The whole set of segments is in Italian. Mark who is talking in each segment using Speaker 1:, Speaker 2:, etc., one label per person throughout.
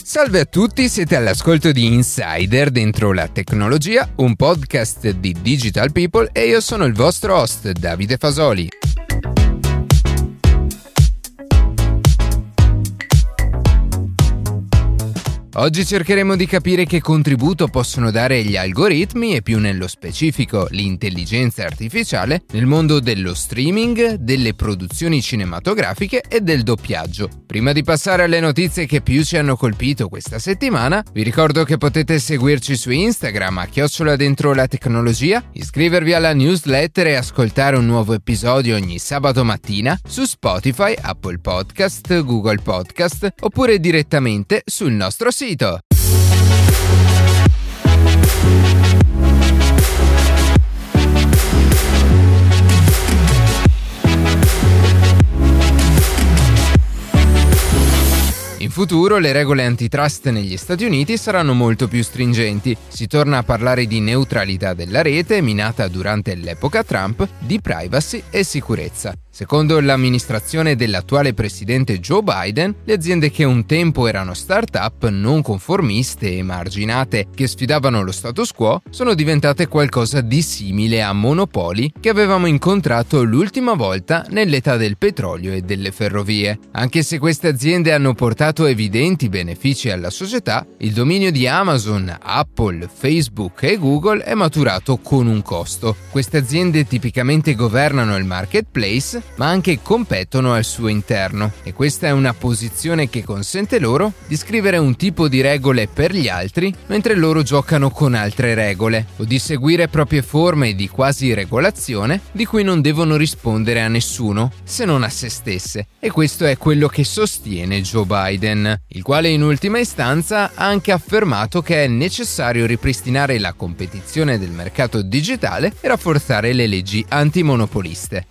Speaker 1: Salve a tutti, siete all'ascolto di Insider dentro la tecnologia, un podcast di Digital People e io sono il vostro host Davide Fasoli. Oggi cercheremo di capire che contributo possono dare gli algoritmi e più nello specifico l'intelligenza artificiale nel mondo dello streaming, delle produzioni cinematografiche e del doppiaggio. Prima di passare alle notizie che più ci hanno colpito questa settimana, vi ricordo che potete seguirci su Instagram a @dentro-la-tecnologia, iscrivervi alla newsletter e ascoltare un nuovo episodio ogni sabato mattina su Spotify, Apple Podcast, Google Podcast oppure direttamente sul nostro sito. In futuro le regole antitrust negli Stati Uniti saranno molto più stringenti. Si torna a parlare di neutralità della rete minata durante l'epoca Trump, di privacy e sicurezza. Secondo l'amministrazione dell'attuale presidente Joe Biden, le aziende che un tempo erano start-up non conformiste e emarginate che sfidavano lo status quo sono diventate qualcosa di simile a monopoli che avevamo incontrato l'ultima volta nell'età del petrolio e delle ferrovie. Anche se queste aziende hanno portato evidenti benefici alla società, il dominio di Amazon, Apple, Facebook e Google è maturato con un costo. Queste aziende tipicamente governano il marketplace ma anche competono al suo interno e questa è una posizione che consente loro di scrivere un tipo di regole per gli altri mentre loro giocano con altre regole o di seguire proprie forme di quasi regolazione di cui non devono rispondere a nessuno se non a se stesse, e questo è quello che sostiene Joe Biden, il quale in ultima istanza ha anche affermato che è necessario ripristinare la competizione del mercato digitale e rafforzare le leggi antimonopoliste.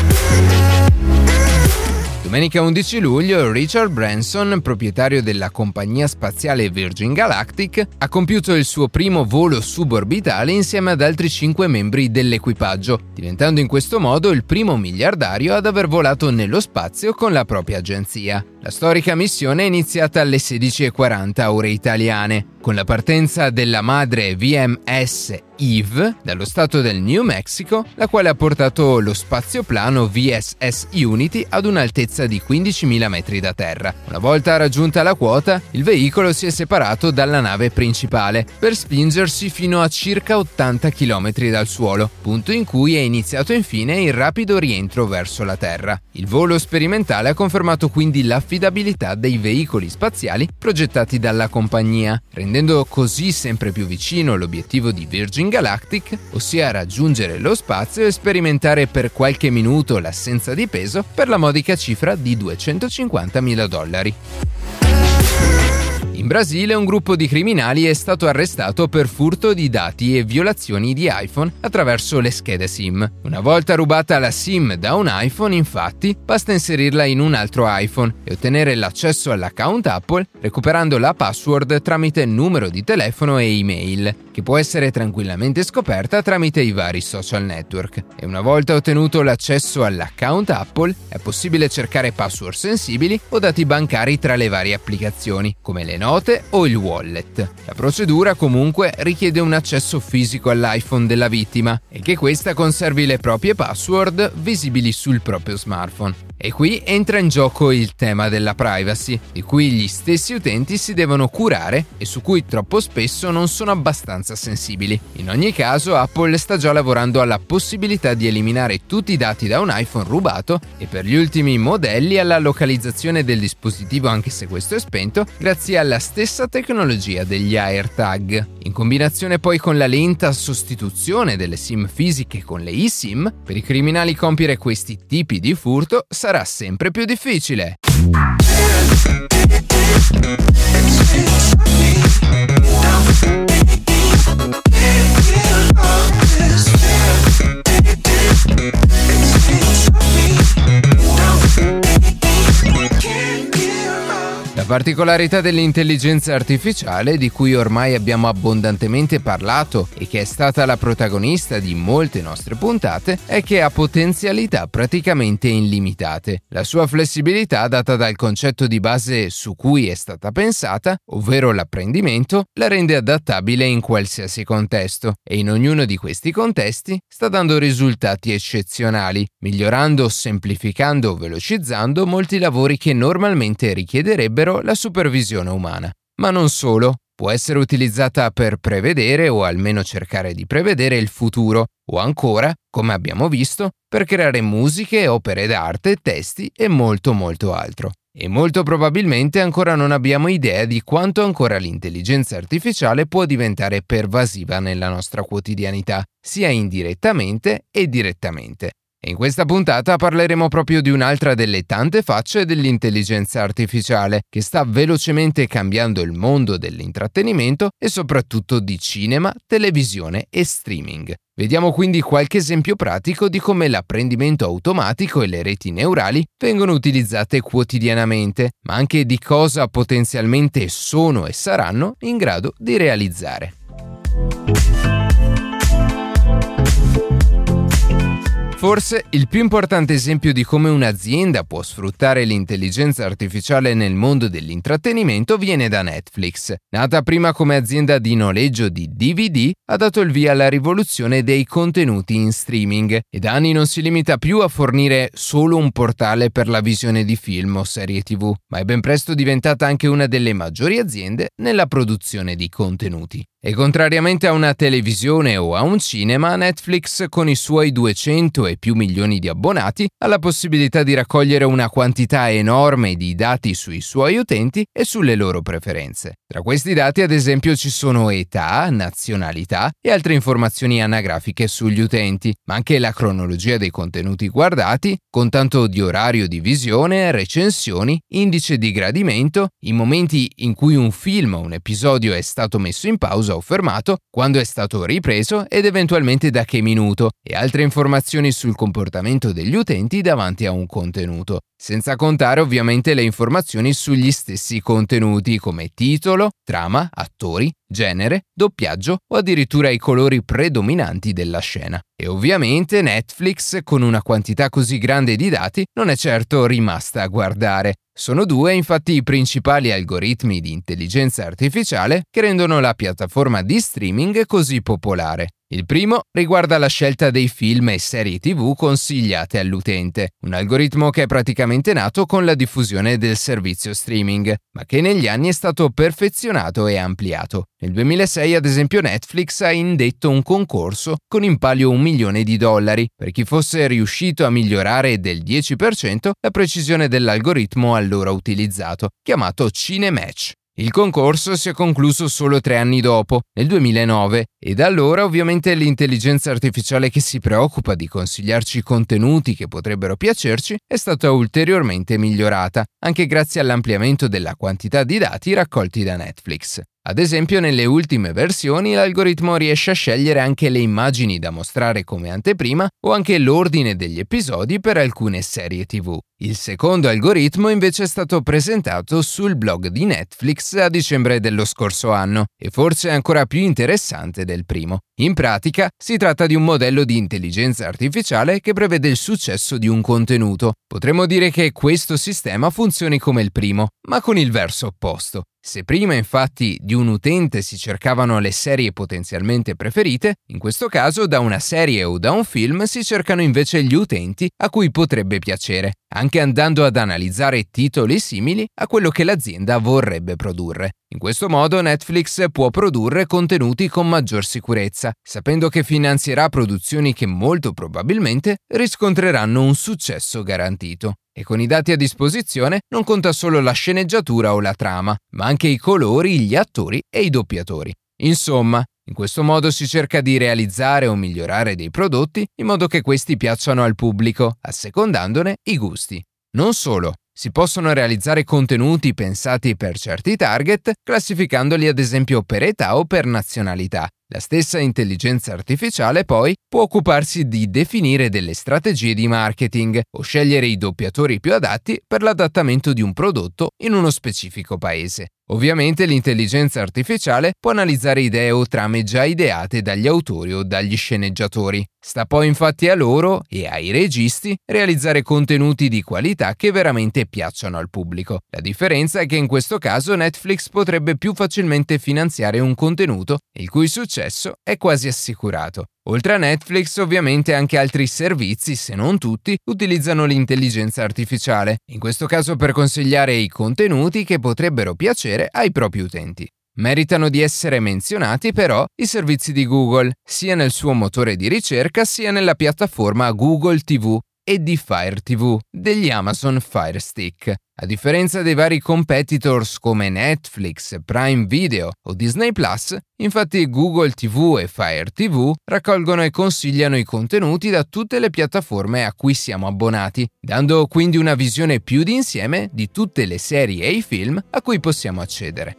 Speaker 1: Domenica 11 luglio Richard Branson, proprietario della compagnia spaziale Virgin Galactic, ha compiuto il suo primo volo suborbitale insieme ad altri 5 membri dell'equipaggio, diventando in questo modo il primo miliardario ad aver volato nello spazio con la propria agenzia. La storica missione è iniziata alle 16:40 ore italiane, con la partenza della madre VMS Eve dallo stato del New Mexico, la quale ha portato lo spazioplano VSS Unity ad un'altezza di 15.000 metri da terra. Una volta raggiunta la quota, il veicolo si è separato dalla nave principale per spingersi fino a circa 80 km dal suolo, punto in cui è iniziato infine il rapido rientro verso la Terra. Il volo sperimentale ha confermato quindi l'affidabilità dei veicoli spaziali progettati dalla compagnia, rendendo così sempre più vicino l'obiettivo di Virgin Galactic, ossia raggiungere lo spazio e sperimentare per qualche minuto l'assenza di peso per la modica cifra di $250.000. In Brasile un gruppo di criminali è stato arrestato per furto di dati e violazioni di iPhone attraverso le schede SIM. Una volta rubata la SIM da un iPhone, infatti, basta inserirla in un altro iPhone e ottenere l'accesso all'account Apple recuperando la password tramite numero di telefono e email, che può essere tranquillamente scoperta tramite i vari social network. E una volta ottenuto l'accesso all'account Apple, è possibile cercare password sensibili o dati bancari tra le varie applicazioni, come le note o il wallet. La procedura comunque richiede un accesso fisico all'iPhone della vittima e che questa conservi le proprie password visibili sul proprio smartphone. E qui entra in gioco il tema della privacy, di cui gli stessi utenti si devono curare e su cui troppo spesso non sono abbastanza sensibili. In ogni caso, Apple sta già lavorando alla possibilità di eliminare tutti i dati da un iPhone rubato e per gli ultimi modelli alla localizzazione del dispositivo anche se questo è spento, grazie alla stessa tecnologia degli AirTag. In combinazione poi con la lenta sostituzione delle SIM fisiche con le eSIM, per i criminali compiere questi tipi di furto sarà sempre più difficile. Da particolarità dell'intelligenza artificiale, di cui ormai abbiamo abbondantemente parlato e che è stata la protagonista di molte nostre puntate, è che ha potenzialità praticamente illimitate. La sua flessibilità, data dal concetto di base su cui è stata pensata, ovvero l'apprendimento, la rende adattabile in qualsiasi contesto, e in ognuno di questi contesti sta dando risultati eccezionali, migliorando, semplificando o velocizzando molti lavori che normalmente richiederebbero la supervisione umana. Ma non solo, può essere utilizzata per prevedere o almeno cercare di prevedere il futuro, o ancora, come abbiamo visto, per creare musiche, opere d'arte, testi e molto altro. E molto probabilmente ancora non abbiamo idea di quanto ancora l'intelligenza artificiale può diventare pervasiva nella nostra quotidianità, sia indirettamente e direttamente. E in questa puntata parleremo proprio di un'altra delle tante facce dell'intelligenza artificiale che sta velocemente cambiando il mondo dell'intrattenimento e soprattutto di cinema, televisione e streaming. Vediamo quindi qualche esempio pratico di come l'apprendimento automatico e le reti neurali vengono utilizzate quotidianamente, ma anche di cosa potenzialmente sono e saranno in grado di realizzare. Forse il più importante esempio di come un'azienda può sfruttare l'intelligenza artificiale nel mondo dell'intrattenimento viene da Netflix. Nata prima come azienda di noleggio di DVD, ha dato il via alla rivoluzione dei contenuti in streaming e da anni non si limita più a fornire solo un portale per la visione di film o serie TV, ma è ben presto diventata anche una delle maggiori aziende nella produzione di contenuti. E contrariamente a una televisione o a un cinema, Netflix, con i suoi 200 e più milioni di abbonati, ha la possibilità di raccogliere una quantità enorme di dati sui suoi utenti e sulle loro preferenze. Tra questi dati, ad esempio, ci sono età, nazionalità e altre informazioni anagrafiche sugli utenti, ma anche la cronologia dei contenuti guardati, con tanto di orario di visione, recensioni, indice di gradimento, i momenti in cui un film o un episodio è stato messo in pausa o fermato, quando è stato ripreso ed eventualmente da che minuto, e altre informazioni sul comportamento degli utenti davanti a un contenuto, senza contare ovviamente le informazioni sugli stessi contenuti come titolo, trama, attori, genere, doppiaggio o addirittura i colori predominanti della scena. E ovviamente Netflix, con una quantità così grande di dati, non è certo rimasta a guardare. Sono due infatti i principali algoritmi di intelligenza artificiale che rendono la piattaforma di streaming così popolare. Il primo riguarda la scelta dei film e serie TV consigliate all'utente, un algoritmo che è praticamente nato con la diffusione del servizio streaming, ma che negli anni è stato perfezionato e ampliato. Nel 2006, ad esempio, Netflix ha indetto un concorso con in palio $1 milione per chi fosse riuscito a migliorare del 10% la precisione dell'algoritmo allora utilizzato, chiamato CineMatch. Il concorso si è concluso solo 3 anni dopo, nel 2009, e da allora ovviamente l'intelligenza artificiale che si preoccupa di consigliarci contenuti che potrebbero piacerci è stata ulteriormente migliorata, anche grazie all'ampliamento della quantità di dati raccolti da Netflix. Ad esempio, nelle ultime versioni l'algoritmo riesce a scegliere anche le immagini da mostrare come anteprima o anche l'ordine degli episodi per alcune serie TV. Il secondo algoritmo invece è stato presentato sul blog di Netflix a dicembre dello scorso anno e forse è ancora più interessante del primo. In pratica si tratta di un modello di intelligenza artificiale che prevede il successo di un contenuto. Potremmo dire che questo sistema funzioni come il primo, ma con il verso opposto. Se prima infatti di un utente si cercavano le serie potenzialmente preferite, in questo caso da una serie o da un film si cercano invece gli utenti a cui potrebbe piacere, anche andando ad analizzare titoli simili a quello che l'azienda vorrebbe produrre. In questo modo Netflix può produrre contenuti con maggior sicurezza, sapendo che finanzierà produzioni che molto probabilmente riscontreranno un successo garantito. E con i dati a disposizione non conta solo la sceneggiatura o la trama, ma anche i colori, gli attori e i doppiatori. Insomma, in questo modo si cerca di realizzare o migliorare dei prodotti in modo che questi piacciono al pubblico, assecondandone i gusti. Non solo, si possono realizzare contenuti pensati per certi target, classificandoli ad esempio per età o per nazionalità. La stessa intelligenza artificiale, poi, può occuparsi di definire delle strategie di marketing o scegliere i doppiatori più adatti per l'adattamento di un prodotto in uno specifico paese. Ovviamente l'intelligenza artificiale può analizzare idee o trame già ideate dagli autori o dagli sceneggiatori. Sta poi infatti a loro e ai registi realizzare contenuti di qualità che veramente piacciono al pubblico. La differenza è che in questo caso Netflix potrebbe più facilmente finanziare un contenuto il cui successo è quasi assicurato. Oltre a Netflix, ovviamente anche altri servizi, se non tutti, utilizzano l'intelligenza artificiale, in questo caso per consigliare i contenuti che potrebbero piacere ai propri utenti. Meritano di essere menzionati però i servizi di Google, sia nel suo motore di ricerca sia nella piattaforma Google TV e di Fire TV degli Amazon Fire Stick. A differenza dei vari competitors come Netflix, Prime Video o Disney Plus, infatti Google TV e Fire TV raccolgono e consigliano i contenuti da tutte le piattaforme a cui siamo abbonati, dando quindi una visione più d'insieme di tutte le serie e i film a cui possiamo accedere.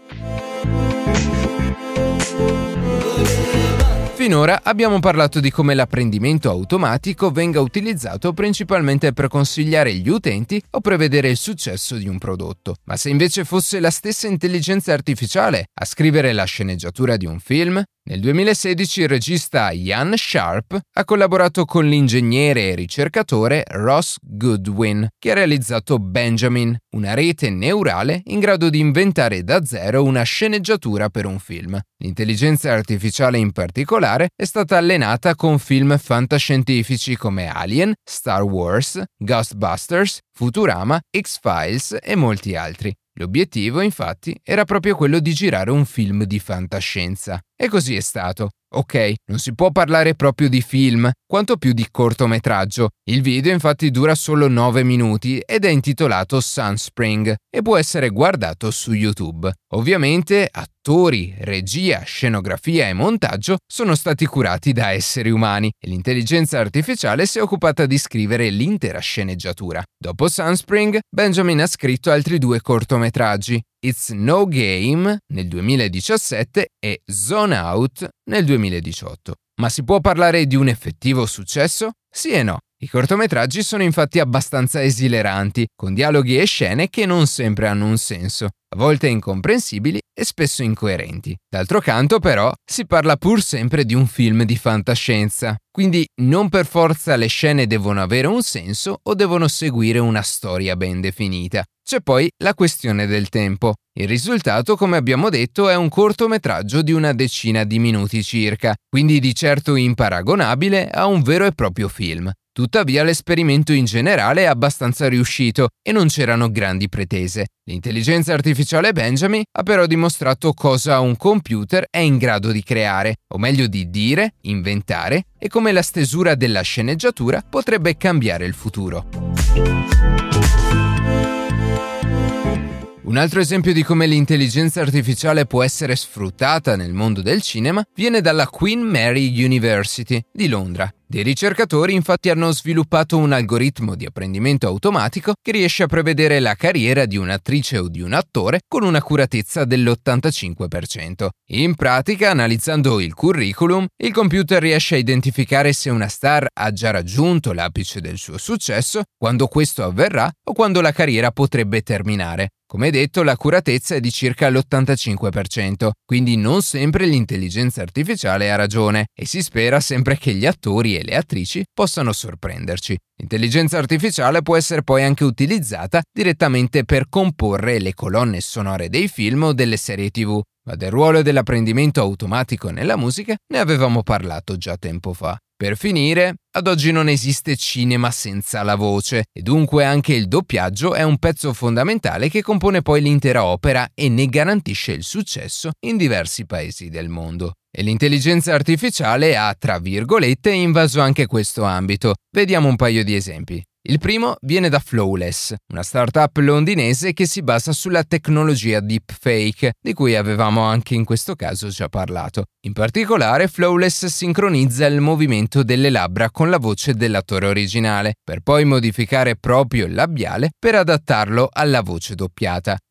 Speaker 1: Finora abbiamo parlato di come l'apprendimento automatico venga utilizzato principalmente per consigliare gli utenti o prevedere il successo di un prodotto. Ma se invece fosse la stessa intelligenza artificiale a scrivere la sceneggiatura di un film? Nel 2016 il regista Ian Sharp ha collaborato con l'ingegnere e ricercatore Ross Goodwin, che ha realizzato Benjamin, una rete neurale in grado di inventare da zero una sceneggiatura per un film. L'intelligenza artificiale in particolare è stata allenata con film fantascientifici come Alien, Star Wars, Ghostbusters, Futurama, X-Files e molti altri. L'obiettivo, infatti, era proprio quello di girare un film di fantascienza. E così è stato. Ok, non si può parlare proprio di film, quanto più di cortometraggio. Il video infatti dura solo 9 minuti ed è intitolato Sunspring e può essere guardato su YouTube. Ovviamente attori, regia, scenografia e montaggio sono stati curati da esseri umani e l'intelligenza artificiale si è occupata di scrivere l'intera sceneggiatura. Dopo Sunspring, Benjamin ha scritto altri 2 cortometraggi, It's No Game nel 2017 e Zone Out nel 2018. Ma si può parlare di un effettivo successo? Sì e no. I cortometraggi sono infatti abbastanza esileranti, con dialoghi e scene che non sempre hanno un senso, a volte incomprensibili e spesso incoerenti. D'altro canto, però, si parla pur sempre di un film di fantascienza, quindi non per forza le scene devono avere un senso o devono seguire una storia ben definita. C'è poi la questione del tempo. Il risultato, come abbiamo detto, è un cortometraggio di una decina di minuti circa, quindi di certo imparagonabile a un vero e proprio film. Tuttavia l'esperimento in generale è abbastanza riuscito e non c'erano grandi pretese. L'intelligenza artificiale Benjamin ha però dimostrato cosa un computer è in grado di creare, o meglio di dire, inventare, e come la stesura della sceneggiatura potrebbe cambiare il futuro. Un altro esempio di come l'intelligenza artificiale può essere sfruttata nel mondo del cinema viene dalla Queen Mary University di Londra. Dei ricercatori infatti hanno sviluppato un algoritmo di apprendimento automatico che riesce a prevedere la carriera di un'attrice o di un attore con un'accuratezza dell'85%. In pratica, analizzando il curriculum, il computer riesce a identificare se una star ha già raggiunto l'apice del suo successo, quando questo avverrà o quando la carriera potrebbe terminare. Come detto, l'accuratezza è di circa l'85%, quindi non sempre l'intelligenza artificiale ha ragione e si spera sempre che gli attori e le attrici possano sorprenderci. L'intelligenza artificiale può essere poi anche utilizzata direttamente per comporre le colonne sonore dei film o delle serie TV, ma del ruolo dell'apprendimento automatico nella musica ne avevamo parlato già tempo fa. Per finire, ad oggi non esiste cinema senza la voce e dunque anche il doppiaggio è un pezzo fondamentale che compone poi l'intera opera e ne garantisce il successo in diversi paesi del mondo. E l'intelligenza artificiale ha, tra virgolette, invaso anche questo ambito. Vediamo un paio di esempi. Il primo viene da Flawless, una startup londinese che si basa sulla tecnologia deepfake, di cui avevamo anche in questo caso già parlato. In particolare, Flawless sincronizza il movimento delle labbra con la voce dell'attore originale, per poi modificare proprio il labiale per adattarlo alla voce doppiata.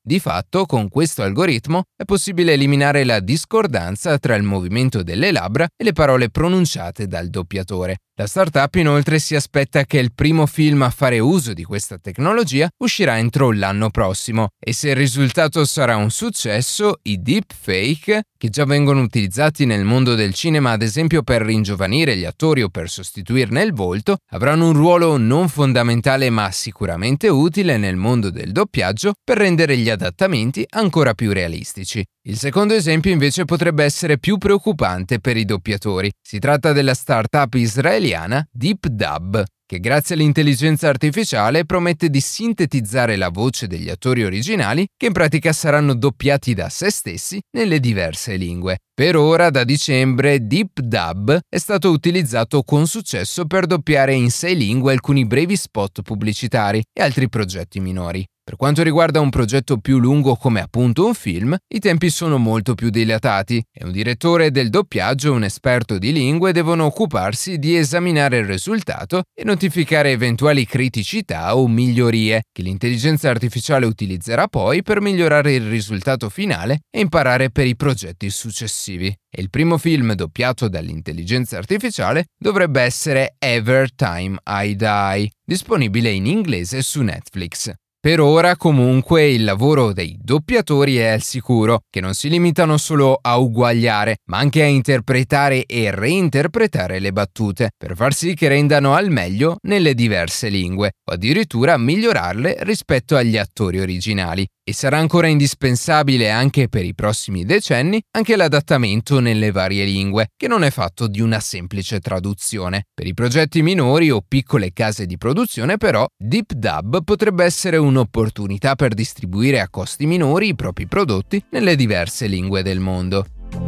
Speaker 1: Di fatto, con questo algoritmo è possibile eliminare la discordanza tra il movimento delle labbra e le parole pronunciate dal doppiatore. La startup inoltre si aspetta che il primo film a fare uso di questa tecnologia uscirà entro l'anno prossimo e se il risultato sarà un successo, i deepfake, che già vengono utilizzati nel mondo del cinema ad esempio per ringiovanire gli attori o per sostituirne il volto, avranno un ruolo non fondamentale ma sicuramente utile nel mondo del doppiaggio per rendere gli adattamenti ancora più realistici. Il secondo esempio invece potrebbe essere più preoccupante per i doppiatori. Si tratta della startup israeliana DeepDub, che grazie all'intelligenza artificiale promette di sintetizzare la voce degli attori originali che in pratica saranno doppiati da se stessi nelle diverse lingue. Per ora, da dicembre, DeepDub è stato utilizzato con successo per doppiare in 6 lingue alcuni brevi spot pubblicitari e altri progetti minori. Per quanto riguarda un progetto più lungo come appunto un film, i tempi sono molto più dilatati e un direttore del doppiaggio e un esperto di lingue devono occuparsi di esaminare il risultato e notificare eventuali criticità o migliorie che l'intelligenza artificiale utilizzerà poi per migliorare il risultato finale e imparare per i progetti successivi. E il primo film doppiato dall'intelligenza artificiale dovrebbe essere Every Time I Die, disponibile in inglese su Netflix. Per ora, comunque, il lavoro dei doppiatori è al sicuro, che non si limitano solo a uguagliare, ma anche a interpretare e reinterpretare le battute, per far sì che rendano al meglio nelle diverse lingue, o addirittura migliorarle rispetto agli attori originali. E sarà ancora indispensabile anche per i prossimi decenni anche l'adattamento nelle varie lingue, che non è fatto di una semplice traduzione. Per i progetti minori o piccole case di produzione, però, DeepDub potrebbe essere un'opportunità per distribuire a costi minori i propri prodotti nelle diverse lingue del mondo.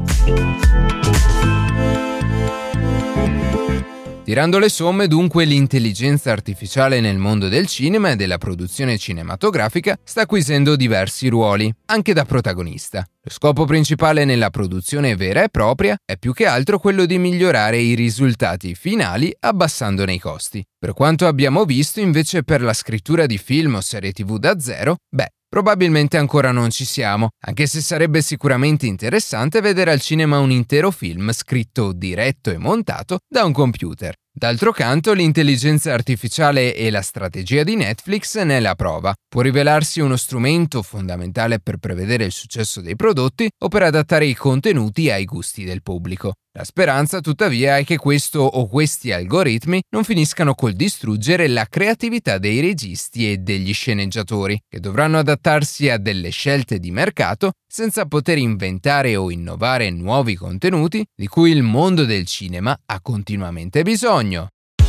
Speaker 1: Tirando le somme, dunque, l'intelligenza artificiale nel mondo del cinema e della produzione cinematografica sta acquisendo diversi ruoli, anche da protagonista. Lo scopo principale nella produzione vera e propria è più che altro quello di migliorare i risultati finali abbassandone i costi. Per quanto abbiamo visto, invece, per la scrittura di film o serie TV da zero, probabilmente ancora non ci siamo, anche se sarebbe sicuramente interessante vedere al cinema un intero film scritto, diretto e montato da un computer. D'altro canto, l'intelligenza artificiale e la strategia di Netflix ne è la prova. Può rivelarsi uno strumento fondamentale per prevedere il successo dei prodotti o per adattare i contenuti ai gusti del pubblico. La speranza, tuttavia, è che questo o questi algoritmi non finiscano col distruggere la creatività dei registi e degli sceneggiatori, che dovranno adattarsi a delle scelte di mercato senza poter inventare o innovare nuovi contenuti di cui il mondo del cinema ha continuamente bisogno.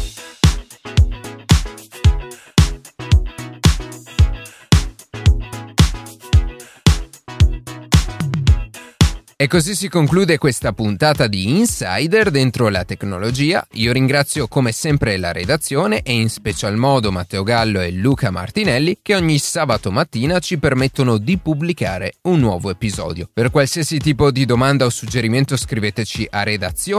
Speaker 1: E così si conclude questa puntata di Insider dentro la tecnologia. Io ringrazio come sempre la redazione e in special modo Matteo Gallo e Luca Martinelli che ogni sabato mattina ci permettono di pubblicare un nuovo episodio. Per qualsiasi tipo di domanda o suggerimento scriveteci a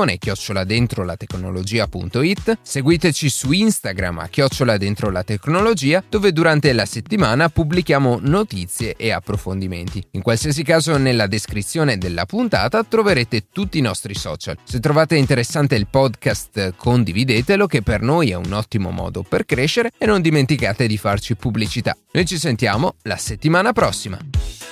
Speaker 1: redazione@dentrolatecnologia.it, seguiteci su Instagram @dentrolatecnologia, dove durante la settimana pubblichiamo notizie e approfondimenti. In qualsiasi caso, nella descrizione della puntata troverete tutti i nostri social. Se trovate interessante il podcast, condividetelo, che per noi è un ottimo modo per crescere, e non dimenticate di farci pubblicità. Noi ci sentiamo la settimana prossima.